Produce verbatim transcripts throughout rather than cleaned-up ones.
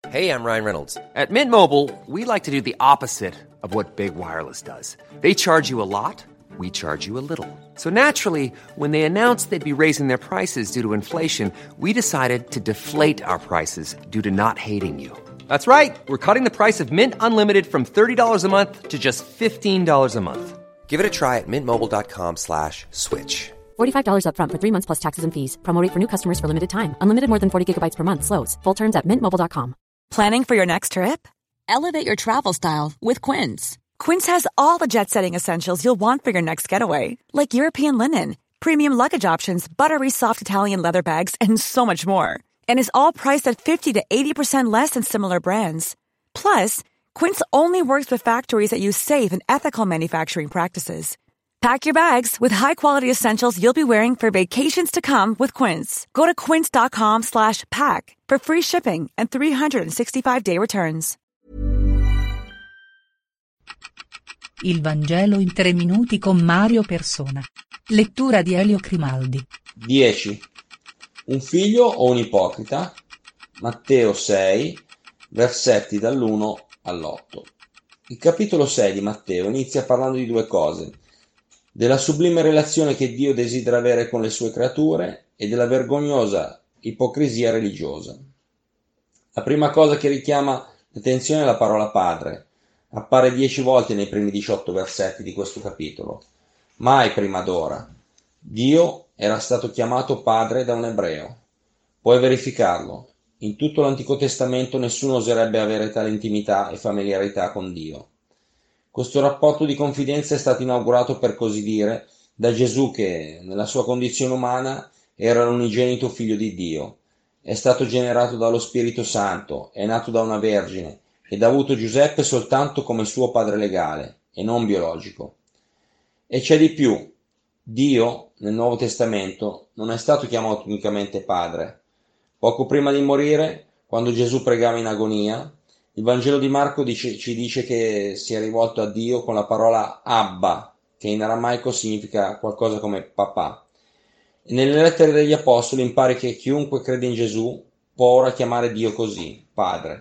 Hey, I'm Ryan Reynolds. At Mint Mobile, we like to do the opposite of what Big Wireless does. They charge you a lot, we charge you a little. So naturally, when they announced they'd be raising their prices due to inflation, we decided to deflate our prices due to not hating you. That's right. We're cutting the price of Mint Unlimited from thirty dollars a month to just fifteen dollars a month. Give it a try at mintmobile.com slash switch. forty-five dollars up front for three months plus taxes and fees. Promo rate for new customers for limited time. Unlimited more than forty gigabytes per month slows. Full terms at mint mobile dot com. Planning for your next trip? Elevate your travel style with Quince. Quince has all the jet-setting essentials you'll want for your next getaway, like European linen, premium luggage options, buttery soft Italian leather bags, and so much more. And is all priced at fifty to eighty percent less than similar brands. Plus, Quince only works with factories that use safe and ethical manufacturing practices. Pack your bags with high-quality essentials you'll be wearing for vacations to come with Quince. Go to quince.com slash pack for free shipping and three sixty-five day returns. Il Vangelo in tre minuti con Mario Persona. Lettura di Elio Grimaldi. dieci. Un figlio o un ipocrita? Matteo sei, versetti dall'uno all'otto. Il capitolo sei di Matteo inizia parlando di due cose: della sublime relazione che Dio desidera avere con le sue creature e della vergognosa ipocrisia religiosa. La prima cosa che richiama l'attenzione è la parola padre. Appare dieci volte nei primi diciotto versetti di questo capitolo. Mai prima d'ora. Dio era stato chiamato padre da un ebreo. Puoi verificarlo. In tutto l'Antico Testamento nessuno oserebbe avere tale intimità e familiarità con Dio. Questo rapporto di confidenza è stato inaugurato, per così dire, da Gesù che, nella sua condizione umana, era l'unigenito figlio di Dio. È stato generato dallo Spirito Santo, è nato da una vergine ed ha avuto Giuseppe soltanto come suo padre legale e non biologico. E c'è di più. Dio, nel Nuovo Testamento, non è stato chiamato unicamente padre. Poco prima di morire, quando Gesù pregava in agonia, il Vangelo di Marco dice, ci dice che si è rivolto a Dio con la parola Abba, che in aramaico significa qualcosa come papà. E nelle lettere degli Apostoli impare che chiunque crede in Gesù può ora chiamare Dio così, Padre.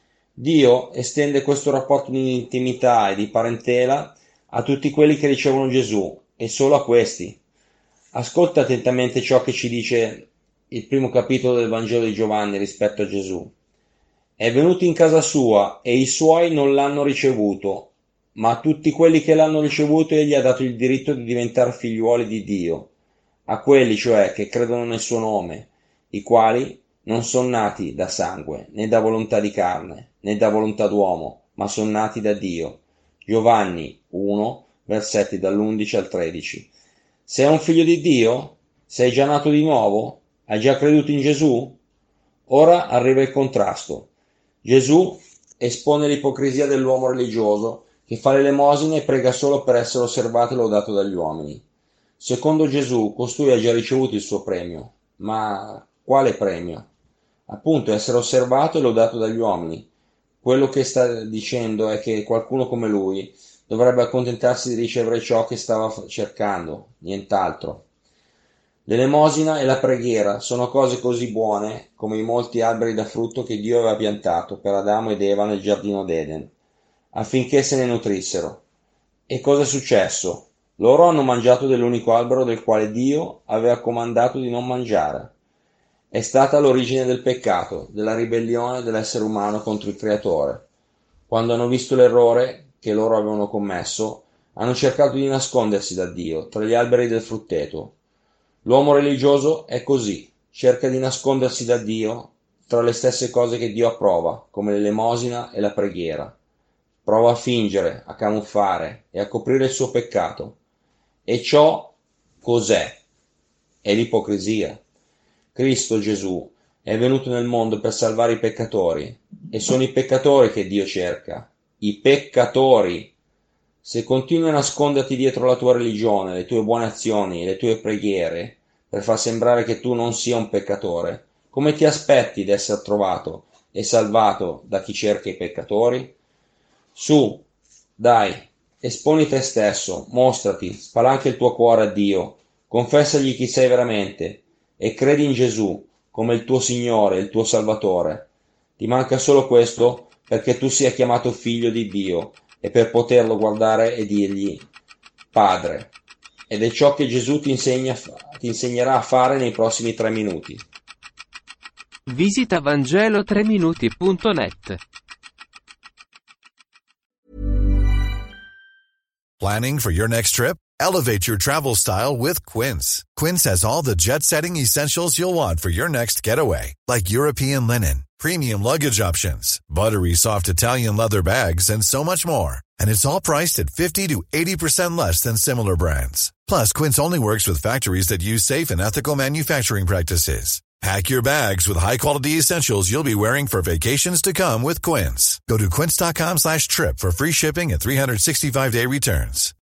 Dio estende questo rapporto di intimità e di parentela a tutti quelli che ricevono Gesù, e solo a questi. Ascolta attentamente ciò che ci dice il primo capitolo del Vangelo di Giovanni rispetto a Gesù. È venuto in casa sua e i suoi non l'hanno ricevuto, ma a tutti quelli che l'hanno ricevuto egli ha dato il diritto di diventare figliuoli di Dio, a quelli cioè che credono nel suo nome, i quali non sono nati da sangue, né da volontà di carne, né da volontà d'uomo, ma sono nati da Dio. Giovanni uno, versetti dall'undici al tredici. Sei un figlio di Dio? Sei già nato di nuovo? Hai già creduto in Gesù? Ora arriva il contrasto. Gesù espone l'ipocrisia dell'uomo religioso che fa l'elemosina e prega solo per essere osservato e lodato dagli uomini. Secondo Gesù, costui ha già ricevuto il suo premio. Ma quale premio? Appunto, essere osservato e lodato dagli uomini. Quello che sta dicendo è che qualcuno come lui dovrebbe accontentarsi di ricevere ciò che stava cercando, nient'altro. L'elemosina e la preghiera sono cose così buone come i molti alberi da frutto che Dio aveva piantato per Adamo ed Eva nel giardino d'Eden, affinché se ne nutrissero. E cosa è successo? Loro hanno mangiato dell'unico albero del quale Dio aveva comandato di non mangiare. È stata l'origine del peccato, della ribellione dell'essere umano contro il Creatore. Quando hanno visto l'errore che loro avevano commesso, hanno cercato di nascondersi da Dio tra gli alberi del frutteto. L'uomo religioso è così, cerca di nascondersi da Dio tra le stesse cose che Dio approva, come l'elemosina e la preghiera. Prova a fingere, a camuffare e a coprire il suo peccato. E ciò cos'è? È l'ipocrisia. Cristo Gesù è venuto nel mondo per salvare i peccatori, e sono i peccatori che Dio cerca. I peccatori. Se continui a nasconderti dietro la tua religione, le tue buone azioni e le tue preghiere per far sembrare che tu non sia un peccatore, come ti aspetti di essere trovato e salvato da chi cerca i peccatori? Su, dai, esponi te stesso, mostrati, spalanca il tuo cuore a Dio, confessagli chi sei veramente e credi in Gesù come il tuo Signore, il tuo Salvatore. Ti manca solo questo perché tu sia chiamato figlio di Dio e per poterlo guardare e dirgli Padre. Ed è ciò che Gesù ti, insegna, ti insegnerà a fare nei prossimi tre minuti. Visita vangelo tre minuti punto net. Planning for your next trip? Elevate your travel style with Quince. Quince has all the jet-setting essentials you'll want for your next getaway, like European linen, premium luggage options, buttery soft Italian leather bags, and so much more. And it's all priced at fifty to eighty percent less than similar brands. Plus, Quince only works with factories that use safe and ethical manufacturing practices. Pack your bags with high-quality essentials you'll be wearing for vacations to come with Quince. Go to quince.com slash trip for free shipping and three sixty-five day returns.